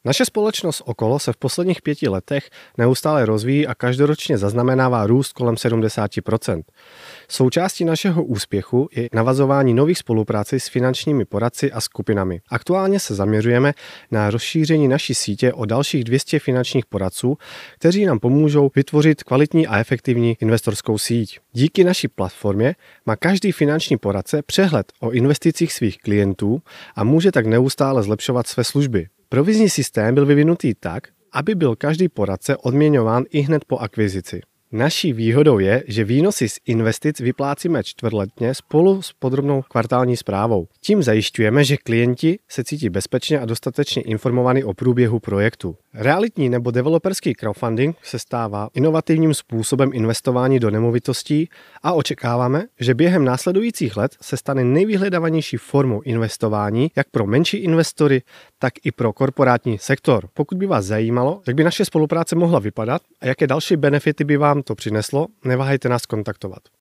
Naše společnost okolo se v posledních 5 letech neustále rozvíjí a každoročně zaznamenává růst kolem 70%. Součástí našeho úspěchu je navazování nových spoluprácí s finančními poradci a skupinami. Aktuálně se zaměřujeme na rozšíření naší sítě o dalších 200 finančních poradců, kteří nám pomůžou vytvořit kvalitní a efektivní investorskou síť. Díky naší platformě má každý finanční poradce přehled o investicích svých klientů a může tak neustále zlepšovat své služby. Provizní systém byl vyvinutý tak, aby byl každý poradce odměňován ihned po akvizici. Naší výhodou je, že výnosy z investic vyplácíme čtvrtletně spolu s podrobnou kvartální zprávou. Tím zajišťujeme, že klienti se cítí bezpečně a dostatečně informovaní o průběhu projektu. Realitní nebo developerský crowdfunding se stává inovativním způsobem investování do nemovitostí a očekáváme, že během následujících let se stane nejvyhledávanější formou investování jak pro menší investory, tak i pro korporátní sektor. Pokud by vás zajímalo, jak by naše spolupráce mohla vypadat a jaké další benefity by vám to přineslo, neváhejte nás kontaktovat.